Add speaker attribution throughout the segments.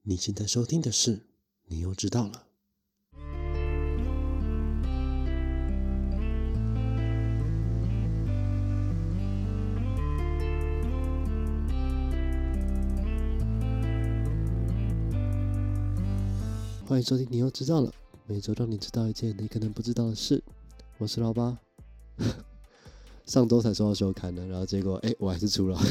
Speaker 1: 你现在收听的是你又知道了。欢迎收听你又知道了，每周让你知道一件你可能不知道的事。我是老八。上周才说要休刊的，然后结果我还是出了。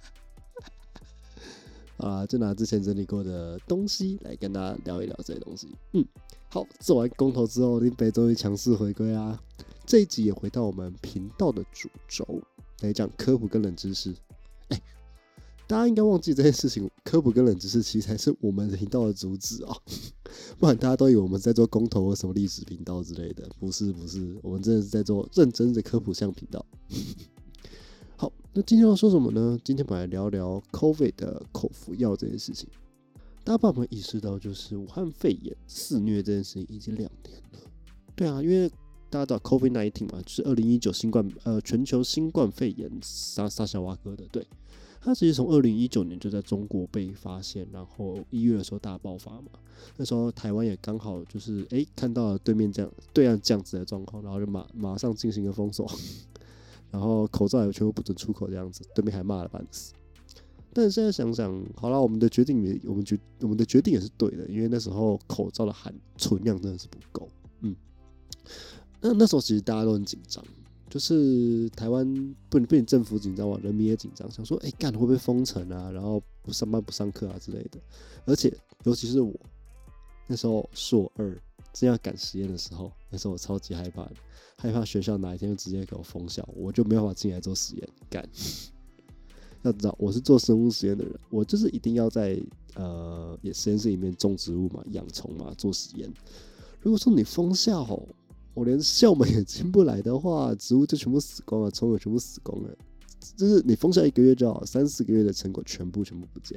Speaker 1: 就拿之前整理过的东西来跟大家聊一聊这些东西。好，做完公投之后，林北终于强势回归啦。这一集也回到我们频道的主轴，来讲科普跟冷知识。大家应该忘记这件事情，科普跟冷知识其实才是我们频道的主旨哦。不然大家都以为我们在做公投或什么历史频道之类的，不是，我们真的是在做认真的科普向频道。好，那今天要说什么呢？今天本来聊聊 COVID 的口服药这件事情。大家有没有意识到，就是武汉肺炎肆虐这件事情已经2年了？对啊，因为大家知道 COVID-19 嘛，就是2019全球新冠肺炎沙小瓦哥的，对。它其实从2019年就在中国被发现，然后1月的时候大爆发嘛。那时候台湾也刚好就是看到了对岸这样子的状况，然后就马上进行了封锁，然后口罩也全部不准出口这样子，对面还骂了半死。但是现在想想，好啦，我们的决定也是对的，因为那时候口罩的存量真的是不够。那时候其实大家都很紧张。就是台湾不仅政府紧张嘛，人民也紧张，想说干会不会封城啊，然后不上班不上课啊之类的。而且尤其是我那时候硕2正要赶实验的时候，那时候我超级害怕的，害怕学校哪一天就直接给我封校，我就没办法进来做实验。干，要知道我是做生物实验的人，我就是一定要在实验室里面种植物嘛，养虫嘛，做实验。如果说你封校吼，我连校门也进不来的话，植物就全部死光了，虫也全部死光了。就是你封校1个月就好，3-4个月的成果全部不见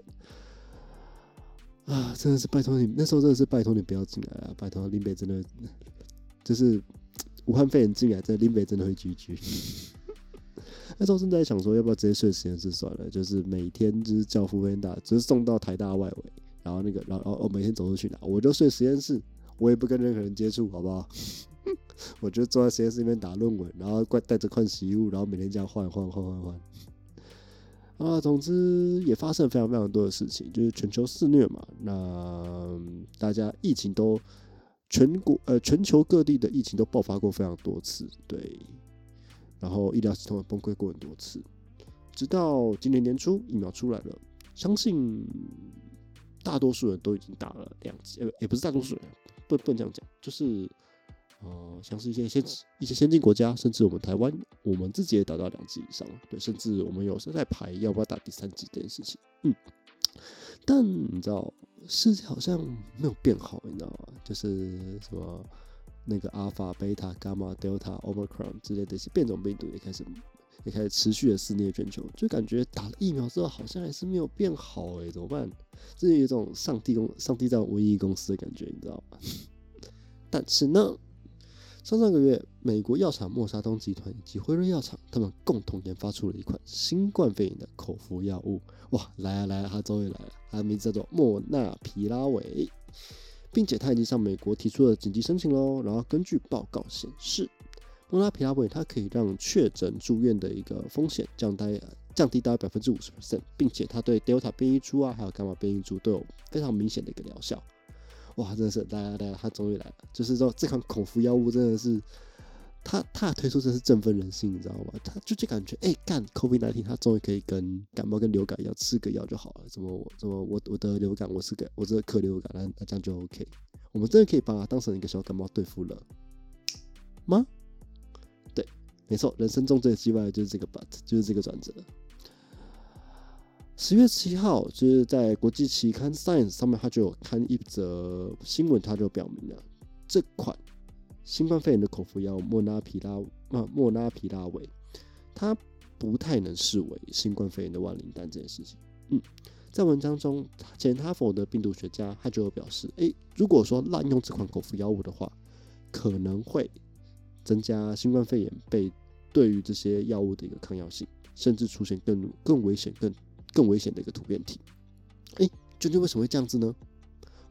Speaker 1: 啊！真的是拜托你，那时候真的是拜托你不要进来啊！拜托林北真的就是武汉肺炎进来，林北真的会GG。那时候正在想说，要不要直接睡实验室算了，就是每天就是叫福分大，就是送到台大外围，然后每天走出去拿，我就睡实验室，我也不跟任何人接触，好不好？我就坐在实验室里面打论文，然后带着换洗衣物，然后每天这样换。总之也发生了非常非常多的事情，就是全球肆虐嘛。那大家疫情都全球各地的疫情都爆发过非常多次，对。然后医疗系统也崩溃过很多次，直到今年年初疫苗出来了，相信大多数人都已经打了2剂，也不是大多数人，不能这样讲，就是像是一些先进国家，甚至我们台湾，我们自己也打到2剂以上，对，甚至我们有时候在排要不要打第3剂这件事情。但你知道，世界好像没有变好，你知道吗？就是什么那个阿尔法、贝塔、伽马、德尔塔、欧米克戎之类的一些变种病毒也开始持续的肆虐全球，就感觉打了疫苗之后好像还是没有变好，怎么办？就是有一种上帝在瘟疫公司的感觉，你知道吗？但是呢，上个月，美国药厂默沙东集团以及辉瑞药厂，他们共同研发出了一款新冠肺炎的口服药物。哇，来了，它终于来了！它的名字叫做莫纳皮拉韦，并且它已经向美国提出了紧急申请喽。然后根据报告显示，莫纳皮拉韦它可以让确诊住院的一个风险降低大概 50%， 并且它对 Delta 变异株还有伽马变异株都有非常明显的一个疗效。哇，真的是来，他终于来了！就是说，这款口服药物真的是，它的推出真是振奋人心，你知道吗？他就感觉，干 COVID-19， 它终于可以跟感冒跟流感一样，吃个药就好了。怎么我得流感，我这咳流感，那这样就 OK。我们真的可以把它当成一个小感冒对付了吗？对，没错，人生中最意外的就是这个 but， 就是这个转折。10月7号，就是在国际期刊 Science 上面，它就有刊一则新闻，它就表明了这款新冠肺炎的口服药莫纳皮拉韦，它不太能视为新冠肺炎的万灵丹这件事情。在文章中，前哈佛的病毒学家他就有表示，如果说滥用这款口服药物的话，可能会增加新冠肺炎对于这些药物的一个抗药性，甚至出现更危险的一个突变体。究竟为什么会这样子呢？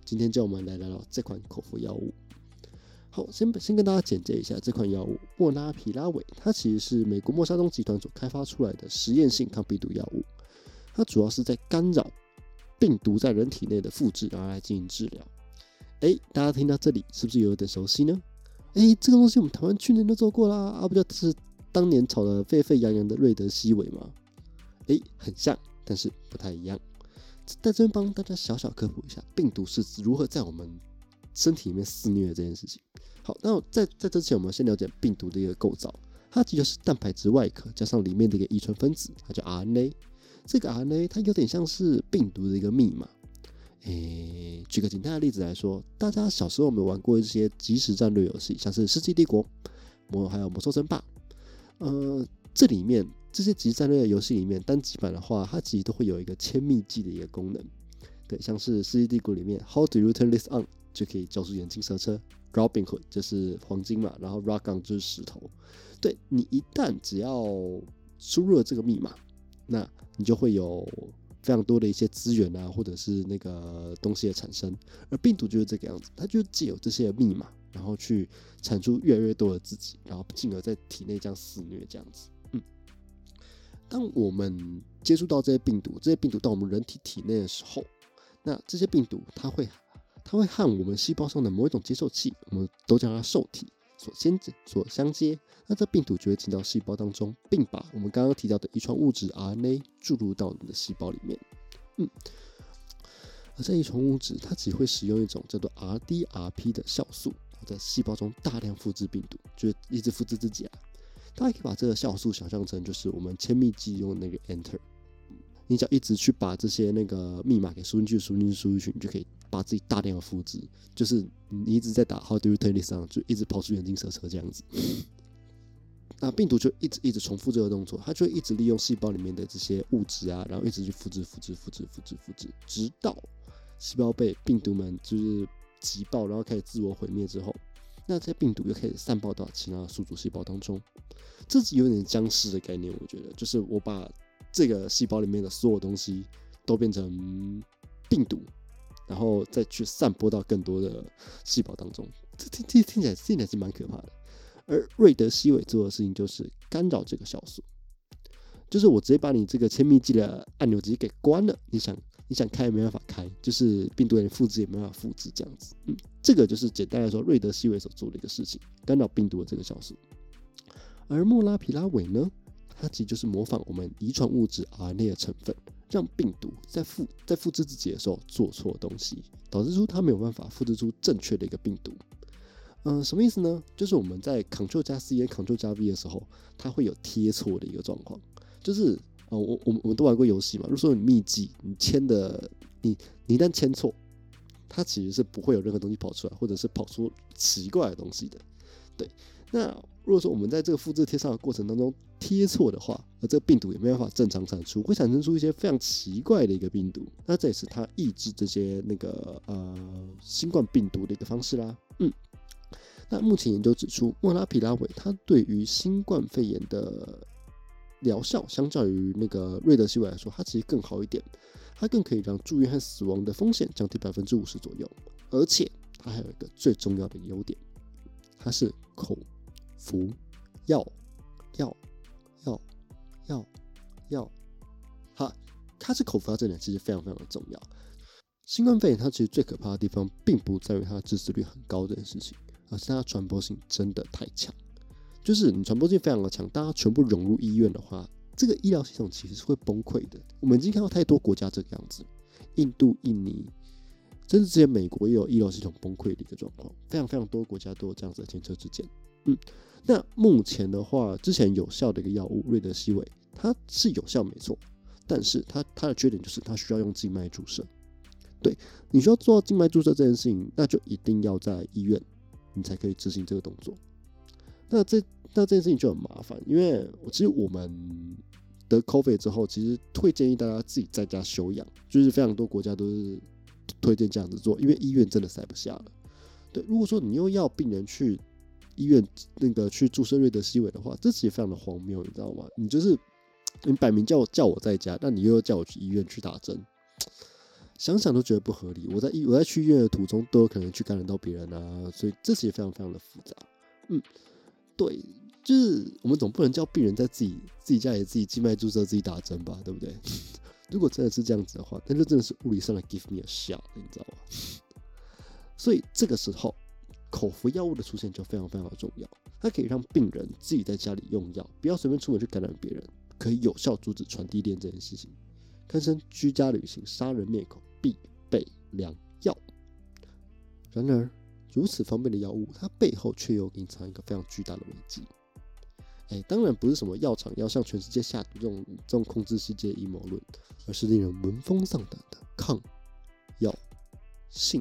Speaker 1: 今天就我们来聊聊这款口服药物。好，先跟大家简介一下这款药物莫拉皮拉韦，它其实是美国默沙东集团所开发出来的实验性抗病毒药物，它主要是在干扰病毒在人体内的复制，然后来进行治疗。大家听到这里是不是有点熟悉呢？这个东西我们台湾去年都做过啦，不就是当年炒得沸沸扬扬的瑞德西韦吗？很像，但是不太一样。在这边帮大家小小科普一下，病毒是如何在我们身体里面肆虐的这件事情。好，那在这之前，我们先了解病毒的一个构造。它其实就是蛋白质外壳加上里面的一个遗传分子，它叫 RNA。这个 RNA 它有点像是病毒的一个密码。举个简单的例子来说，大家小时候有没有玩过一些即时战略游戏，像是《世纪帝国》还有《魔兽争霸》？这里面这些即时战略游戏里面，单机版的话，它其实都会有一个签秘技的一个功能。对，像是《世纪帝国》里面 How do you turn this on 就可以叫出眼镜蛇车 ，Robin Hood 就是黄金嘛，然后 Rock on 就是石头。对，你一旦只要输入了这个密码，那你就会有非常多的一些资源啊，或者是那个东西的产生。而病毒就是这个样子，它就借由这些密码，然后去产出越来越多的自己，然后进而在体内这样肆虐这样子。当我们接触到这些病毒到我们人体内的时候，那这些病毒它会和我们细胞上的某一种接受器，我们都叫它受体所相接。那这病毒就会进到细胞当中，并把我们刚刚提到的遗传物质 RNA 注入到你的细胞里面。而这遗传物质它只会使用一种叫做 RDRP 的酵素，在细胞中大量复制病毒，就是一直复制自己啊。大家可以把这个酵素想象成就是我们签密技用的那个 Enter， 你只要一直去把这些那个密码给输进去，你就可以把自己大量的复制，就是你一直在打 How do you turn this on 就一直跑出眼镜蛇车这样子。那病毒就一直重复这个动作，它就会一直利用细胞里面的这些物质啊，然后一直去复制，直到细胞被病毒们就是挤爆，然后开始自我毁灭之后，那这些病毒又开始散爆到其他的宿主细胞当中。这是有点僵尸的概念，我觉得就是我把这个细胞里面的所有东西都变成病毒，然后再去散播到更多的细胞当中。这听起来是蛮可怕的。而瑞德西韦做的事情就是干扰这个酵素，就是我直接把你这个签密剂的按钮直接给关了，你想开也没办法开，就是病毒连复制也没办法复制这样子。这个就是简单来说瑞德西韦所做的一个事情，干扰病毒的这个酵素。而莫拉皮拉韦呢，它其实就是模仿我们遗传物质 RNA 的成分，让病毒在复制自己的时候做错东西，导致出它没有办法复制出正确的一个病毒。什么意思呢？就是我们在 Ctrl 加 C 跟 Ctrl 加 V 的时候，它会有贴错的一个状况。就是我们都玩过游戏嘛，如果说你秘籍你签的你一旦签错，它其实是不会有任何东西跑出来，或者是跑出奇怪的东西的。对，那如果说我们在这个复制贴上的过程当中贴错的话，而这个病毒也没办法正常产出，会产生出一些非常奇怪的一个病毒。那这也是它抑制这些那个新冠病毒的一个方式啦。那目前研究指出，莫拉皮拉韦它对于新冠肺炎的疗效，相较于那个瑞德西韦来说，它其实更好一点。它更可以让住院和死亡的风险降低50%左右，而且它还有一个最重要的优点，它是口服药。它是口服药这点其实非常非常的重要。新冠肺炎它其实最可怕的地方，并不在于它的致死率很高这件事情，而是它的传播性真的太强。就是你传播性非常的强，大家全部涌入医院的话，这个医疗系统其实是会崩溃的。我们已经看到太多国家这个样子，印度、印尼，甚至之前美国也有医疗系统崩溃的一个状况，非常非常多国家都有这样子的前车之鉴。那目前的话，之前有效的一个药物瑞德西韦，它是有效没错，但是它的缺点就是它需要用静脉注射。对，你需要做到静脉注射这件事情，那就一定要在医院，你才可以执行这个动作。那这件事情就很麻烦，因为其实我们得 COVID 之后，其实会建议大家自己在家休养，就是非常多国家都是推荐这样子做，因为医院真的塞不下了。对，如果说你又要病人去医院去注射瑞德西韦的话，这其实非常的荒谬，你知道吗？你摆明叫我在家，那你又要叫我去医院去打针。 想想都觉得不合理。我在去医院的途中都有可能去感染到别人啊，所以这其实非常非常的复杂。对，就是我们总不能叫病人在自己家里自己静脉注射自己打针吧，对不对？如果真的是这样子的话，那就真的是物理上的 give me a shot， 你知道吗？所以这个时候，口服药物的出现就非常非常的重要，它可以让病人自己在家里用药，不要随便出门去感染别人，可以有效阻止传递链这件事情，堪称居家旅行杀人灭口必备良药。然而，如此方便的药物，它背后却又隐藏一个非常巨大的危机。当然不是什么药厂要向全世界下毒这种控制世界的阴谋论，而是令人闻风丧胆的抗药性。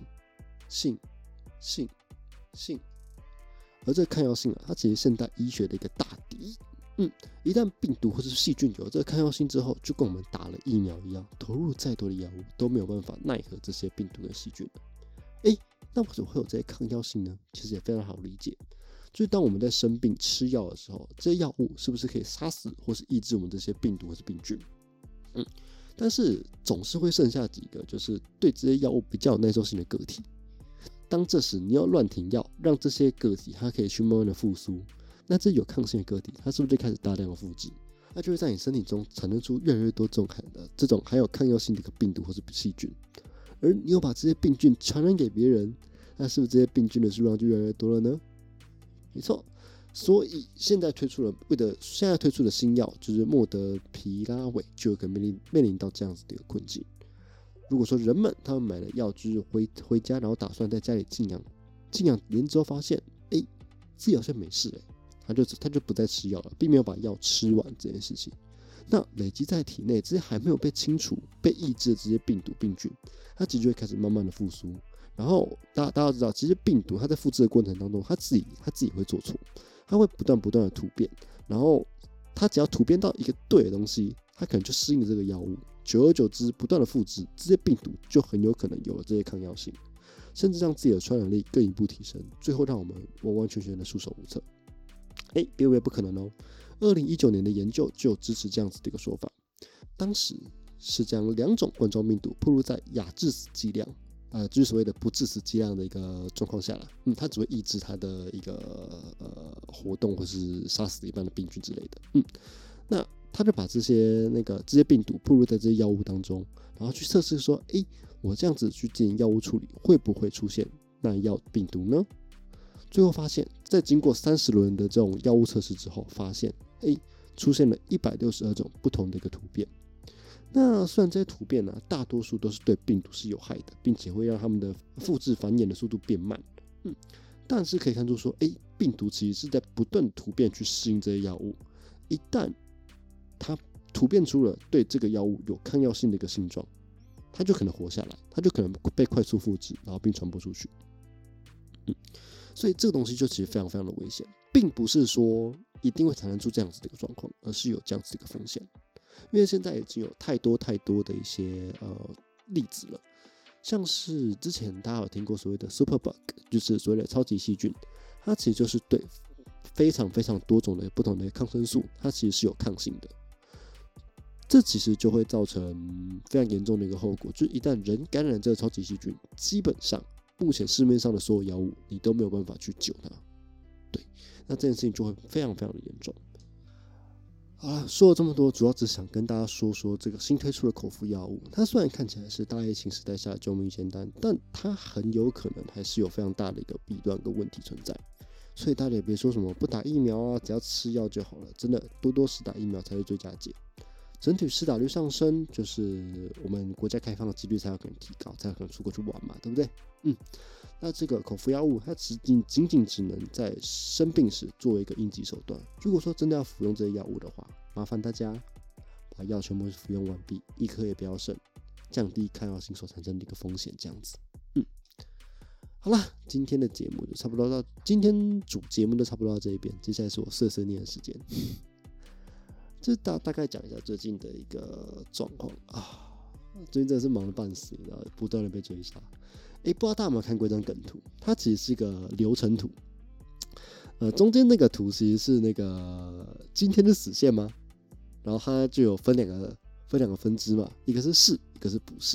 Speaker 1: 而这个抗药性它其实现代医学的一个大敌。一旦病毒或是细菌有这个抗药性之后，就跟我们打了疫苗一样，投入再多的药物都没有办法奈何这些病毒跟细菌。那为什么会有这些抗药性呢？其实也非常好理解，就是当我们在生病吃药的时候，这些药物是不是可以杀死或是抑制我们这些病毒或是病菌？但是总是会剩下几个就是对这些药物比较有耐受性的个体。当这时你要乱停药，让这些个体它可以去慢慢的复苏，那这有抗性的个体它是不是就开始大量的复制？那就会在你身体中产生出越来越多这种含有抗药性的一个病毒或是细菌。而你又把这些病菌传染给别人，那是不是这些病菌的数量就越来越多了呢？没错，所以现在推出的新药就是莫德皮拉韦，就有可能面临到这样子的一个困境。如果说人们他们买了药就是回家，然后打算在家里静养年之后发现，自己好像没事，他就不再吃药了，并没有把药吃完这件事情。那累积在体内这些还没有被清除、被抑制的这些病毒病菌，它其实就会开始慢慢的复苏。然后大家要知道，其实病毒它在复制的过程当中，它自己会做错，它会不断的突变，然后它只要突变到一个对的东西，它可能就适应了这个药物，久而久之不断的复制，这些病毒就很有可能有了这些抗药性，甚至让自己的传染力更一步提升，最后让我们完完全全的束手无策。别以为不可能哦。2019年的研究就有支持这样子的一个说法，当时是将2种冠状病毒暴露在亚致死剂量，就是所谓的不致死剂量的一个状况下啦，它只会抑制它的一个活动，或是杀死一半的病菌之类的。那他就把这些病毒暴露在这些药物当中，然后去测试说，我这样子去进行药物处理，会不会出现耐药病毒呢？最后发现，在经过30轮的这种药物测试之后，发现出现了162种不同的一个突变。那虽然这些突变大多数都是对病毒是有害的，并且会让它们的复制繁衍的速度变慢，但是可以看出说，病毒其实是在不断突变去适应这些药物。一旦它突变出了对这个药物有抗药性的一个性状，它就可能活下来，它就可能被快速复制，然后并传播出去。所以这个东西就其实非常非常的危险，并不是说一定会产生出这样子的一个状况，而是有这样子的一个风险。因为现在已经有太多的一些例子了，像是之前大家有听过所谓的 Superbug， 就是所谓的超级细菌，它其实就是对非常非常多种的不同的抗生素，它其实是有抗性的。这其实就会造成非常严重的一个后果，就是一旦人感染这个超级细菌，基本上目前市面上的所有药物你都没有办法去救它。对，那这件事情就会非常非常的严重。好了，说了这么多，主要只想跟大家说说这个新推出的口服药物。它虽然看起来是大疫情时代下的救命仙丹，但它很有可能还是有非常大的一个弊端跟问题存在。所以大家也别说什么不打疫苗啊，只要吃药就好了，真的多施打疫苗才是最佳解。整体施打率上升，就是我们国家开放的几率才有可能提高，才有可能出国去玩嘛，对不对？那这个口服药物它仅仅只能在生病时作为一个应急手段。如果说真的要服用这些药物的话，麻烦大家把药全部服用完毕，一颗也不要剩，降低抗药性所产生的一个风险，这样子。好啦，今天的节目就差不多到，今天主节目就差不多到这一边，接下来是我碎碎念的时间。这大概讲一下最近的一个状况啊，最近真的是忙得半死，然后不断的被追杀。不知道大家有没有看过一张梗图？它其实是一个流程图。中间那个图其实是那个今天的死线吗？然后它就有分两个分支嘛，一个是是，一个是不是。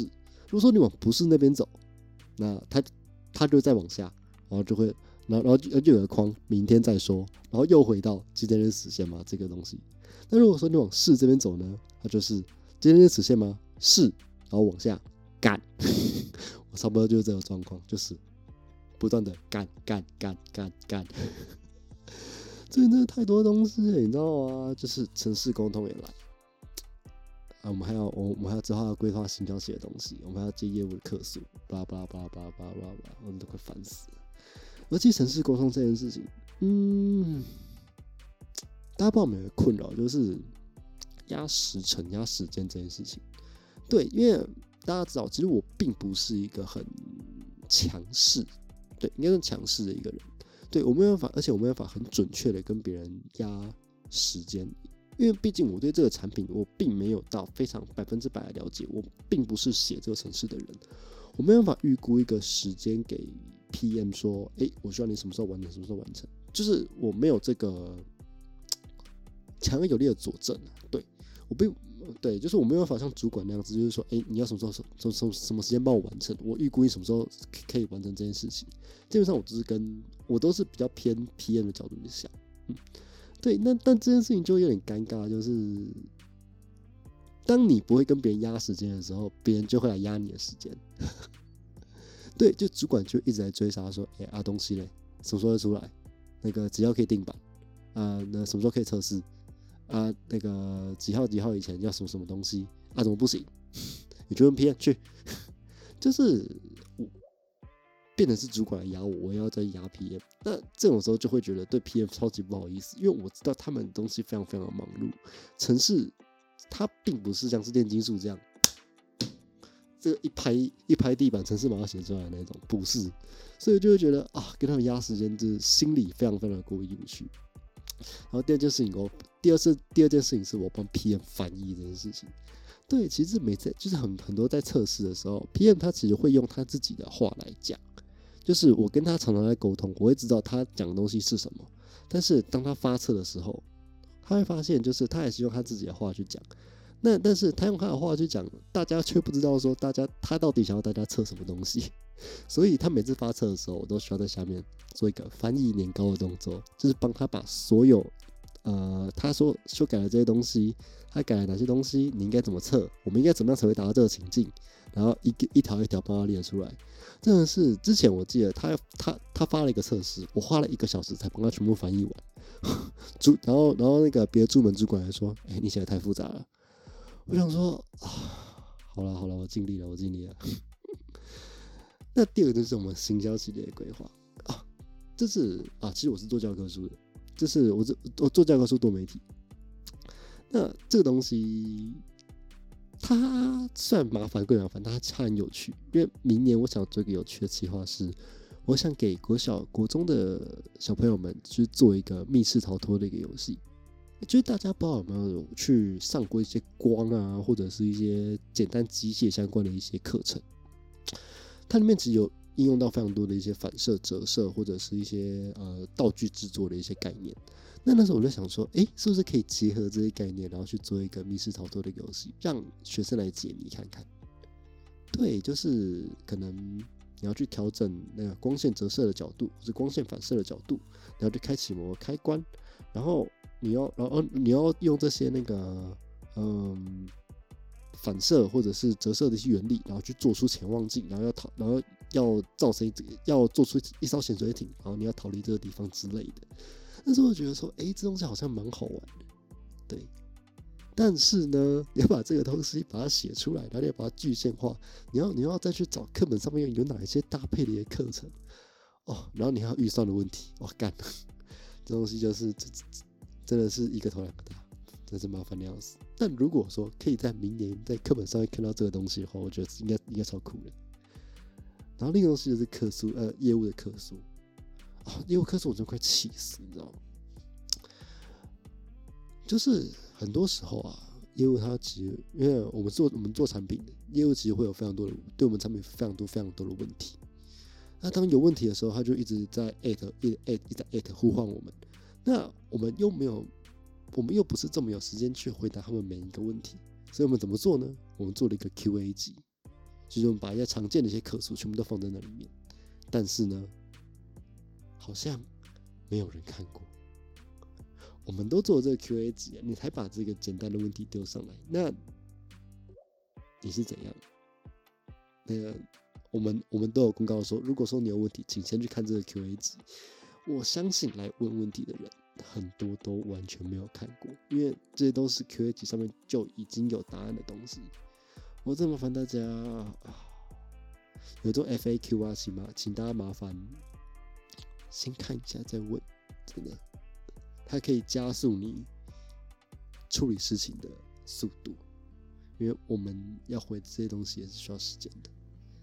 Speaker 1: 如果说你往不是那边走，那它就再往下，然后就会，然后就有个框，明天再说，然后又回到今天的实现吗？这个东西。那如果说你往是这边走呢，它就是今天的实现吗？是，然后往下干，我差不多就是这个状况，就是不断的干，这个真的太多东西了，你知道吗？就是城市沟通也来。我们还要之后要规划行销写的东西，我们还要接业务的客诉，巴拉巴拉巴拉巴拉巴拉巴拉，我们都快烦死了。而且城市沟通这件事情，大家不知道有没有困扰，就是压时程、压时间这件事情。对，因为大家知道，其实我并不是一个很强势，对，应该是强势的一个人。对，我没有办法，而且我没有办法很准确的跟别人压时间。因为毕竟我对这个产品，我并没有到非常100%的了解，我并不是写这个程式的人，我没有办法预估一个时间给 PM 说，我需要你什么时候完成，什么时候完成，就是我没有这个强而有力的佐证啊。对，就是我没有办法像主管那样子，就是说，你要什么时候什么时间帮我完成，我预估你什么时候可以完成这件事情。基本上我都是比较偏 PM 的角度去想，对，但这件事情就有点尴尬，就是当你不会跟别人压时间的时候，别人就会来压你的时间。对，就主管就一直在追杀说，东西嘞，什么时候会出来？那个几号可以定版？那什么时候可以测试？那个几号以前要什么东西？怎么不行？你就问 PM 去，就是变成是主管来压我，我也要再压 PM。那这种时候就会觉得对 PM 超级不好意思，因为我知道他们的东西非常非常的忙碌。程式它并不是像是炼金术这样，这个一拍地板，程式马上写出来的那种，不是。所以就会觉得跟他们压时间，就是心里非常非常的过意不去。然后第二件事情是我帮 PM 翻译这件事情。对，其实每次就是很多在测试的时候 ，PM 他其实会用他自己的话来讲。就是我跟他常常在沟通，我会知道他讲的东西是什么，但是当他发测的时候，他会发现就是他也是用他自己的话去讲，但是他用他的话去讲，大家却不知道说他到底想要大家测什么东西，所以他每次发测的时候，我都需要在下面做一个翻译年糕的动作，就是帮他把所有他说修改了这些东西，他改了哪些东西，你应该怎么测，我们应该怎么样才会达到这个情境，然后一条一条帮他列出来。真的是之前我记得他发了一个测试，我花了1个小时才帮他全部翻译完。然后那个别的部门主管来说，你写的太复杂了。我想说好了，我尽力了。那第二个就是我们行销系列的规划这是其实我是做教科书的，就是我做教科书多媒体。那这个东西它虽然麻烦归麻烦，但它很有趣。因为明年我想做一个有趣的企划是，我想给国小、国中的小朋友们去做一个密室逃脱的一个游戏。就是大家不知道有没有去上过一些光啊，或者是一些简单机械相关的一些课程。它里面其实有应用到非常多的一些反射、折射，或者是一些道具制作的一些概念。那时候我就想说，是不是可以结合这些概念，然后去做一个密室逃脱的游戏，让学生来解谜看看。对，就是可能你要去调整那个光线折射的角度，或是光线反射的角度，然后去开启某个开关，然后你要用这些那个反射或者是折射的一些原理，然后去做出潜望镜，然后要做出一艘潜水艇，然后你要逃离这个地方之类的。那时候我觉得说，这东西好像蛮好玩的，对。但是呢，你要把这个东西把它写出来，然后你要把它具象化，你要再去找课本上面有哪一些搭配的一些课程然后你还有预算的问题，干，这东西就是真的是一个头两个大，真是麻烦的要死。但如果说可以在明年在课本上面看到这个东西的话，我觉得应该超酷的。然后另一个东西就是业务的客诉。业务客诉我真的快气死，你知道吗？就是很多时候业务它其实因为我们做产品的业务，其实会有非常多的对我们产品非常多的问题。那当有问题的时候，他就一直在一直呼唤我们。那我们又不是这么有时间去回答他们每一个问题，所以我们怎么做呢？我们做了一个 QA 集。 就是我们把一些常见的一些客诉全部都放在那里面，但是呢，好像没有人看过。我们都做这个 Q&A 集，你才把这个简单的问题丢上来，那你是怎样？那个我们都有公告说，如果说你有问题，请先去看这个 Q&A 集。我相信来问问题的人很多都完全没有看过，因为这些都是 Q&A 集上面就已经有答案的东西。我真麻烦大家有这种 FAQ 啊，请大家麻烦先看一下再问，真的，它可以加速你处理事情的速度，因为我们要回这些东西也是需要时间的。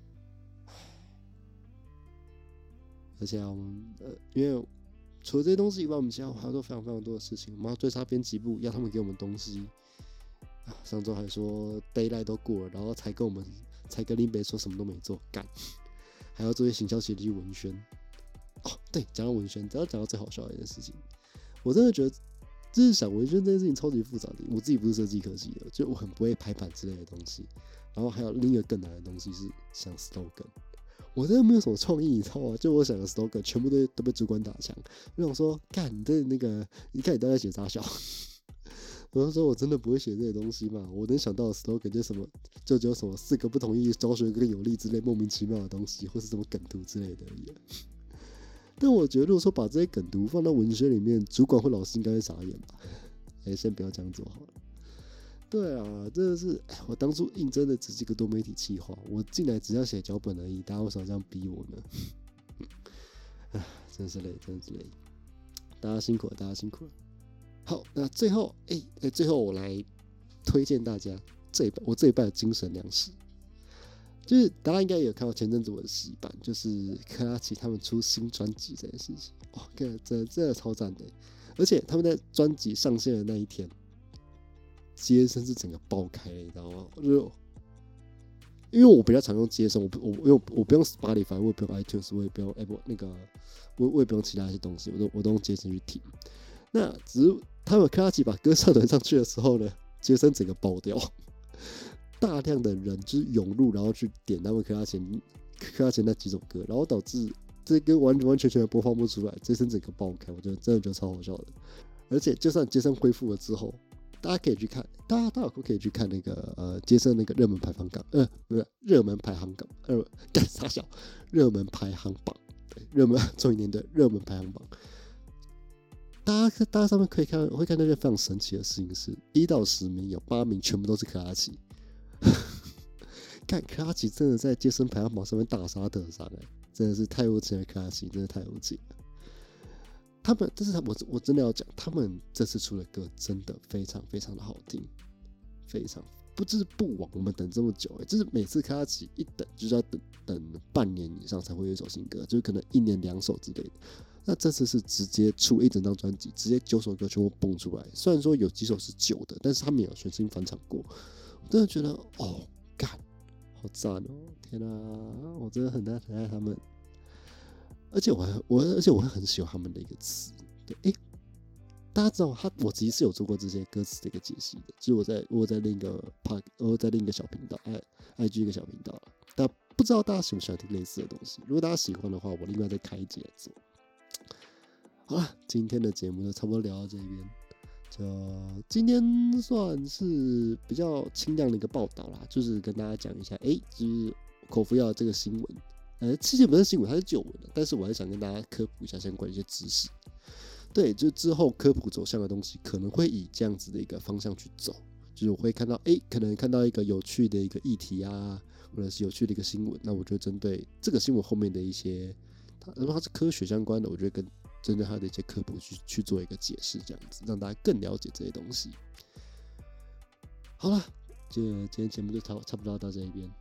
Speaker 1: 而且因为除了这些东西以外，我们其实还要做非常非常多的事情。我们要追查编辑部，要他们给我们东西。上周还说 deadline 都过了，然后才跟林北说什么都没做，干。还要做一些行销协力文宣。对，讲到文宣，只要讲到最好笑的一件事情，我真的觉得，就是想文宣这件事情超级复杂的。我自己不是设计科技的，就我很不会排版之类的东西。然后还有另一个更难的东西是想 slogan。我真的没有什么创意，你知道吗？就我想的 slogan 全部都被主管打枪。我想说，干你这那个，你看你都在写啥小？我就说我真的不会写这些东西嘛，我能想到的 slogan 就什么，就只有什么4个不同意教学更有利之类莫名其妙的东西，或是什么梗图之类的而已。但我觉得，如果说把这些梗图放到文学里面，主管或老师应该会傻眼吧？先不要这样做好了。对啊，真的是，我当初应征的只是一个多媒体企划，我进来只要写脚本而已，大家为什么这样逼我呢？真是累，真是累，大家辛苦了，大家辛苦了。好，那最后，最后我来推荐大家我这一半的精神粮食，就是大家应该也有看到前阵子我的洗版，就是克拉奇他们出新专辑这件事情，真的超赞的，而且他们在专辑上线的那一天。街声是整个爆开了，你知道吗？因为我比较常用街声，我不用 Spotify， 我也不用 iTunes， 我也不用 Apple 那个，我也不用其他一些东西，我都用街声去听。那只是他们克拉奇把歌上传上去的时候呢，街声整个爆掉，大量的人就是涌入，然后去点他们克拉奇那几首歌，然后导致这歌完全的播放不出来，街声整个爆开，我真的觉得超好笑的。而且就算街声恢复了之后。大家可以去看，大家可以去看那个街声那个热门排行榜，不是热门排行榜，干啥小热门排行榜，对，中一年的热门排行榜，大家上面会看到一件非常神奇的事情是，1到10名有8名全部都是克拉奇，看克拉奇真的在街声排行榜上面大杀特杀，真的是太无情了，克拉奇真的太无情了。但是我真的要讲，他们这次出的歌真的非常非常的好听，非常就是不枉我们等这么久，就是每次克拉奇一等就是要等半年以上才会有一首新歌，就是可能1年2首之类的。那这次是直接出一整张专辑，直接9首歌全部蹦出来。虽然说有几首是旧的，但是他们也有全新翻唱过。我真的觉得干，好赞哦！天哪，我真的很爱他们。而且我会很喜欢他们的一个词，对，大家知道我其实是有做过这些歌词的一个解析的，就是我在另一个小频道，IG 一个小频道，但不知道大家喜不喜欢听类似的东西。如果大家喜欢的话，我另外再开一集来做。好了，今天的节目就差不多聊到这边，就今天算是比较轻量的一个报道啦，就是跟大家讲一下，就是口服药这个新闻。其实不是新闻，它是旧闻的，但是我还想跟大家科普一下相关的一些知识。对，就之后科普走向的东西可能会以这样子的一个方向去走，就是我会看到，可能看到一个有趣的一个议题啊，或者是有趣的一个新闻，那我就针对这个新闻后面的一些，如果它是科学相关的，我就会针对它的一些科普去做一个解释，这样子让大家更了解这些东西。好了，今天节目就差不多到这一边，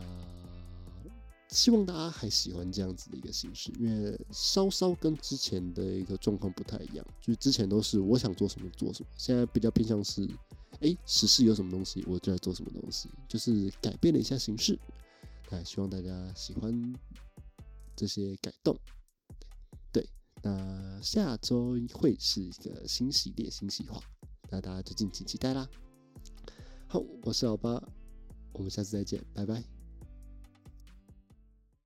Speaker 1: 希望大家还喜欢这样子的一个形式，因为稍跟之前的一个状况不太一样，就是之前都是我想做什么做什么，现在比较偏向是，时事有什么东西我就来做什么东西，就是改变了一下形式。希望大家喜欢这些改动。对，那下周会是一个新系列新计划，那大家就敬请期待啦。好，我是老八，我们下次再见，拜拜。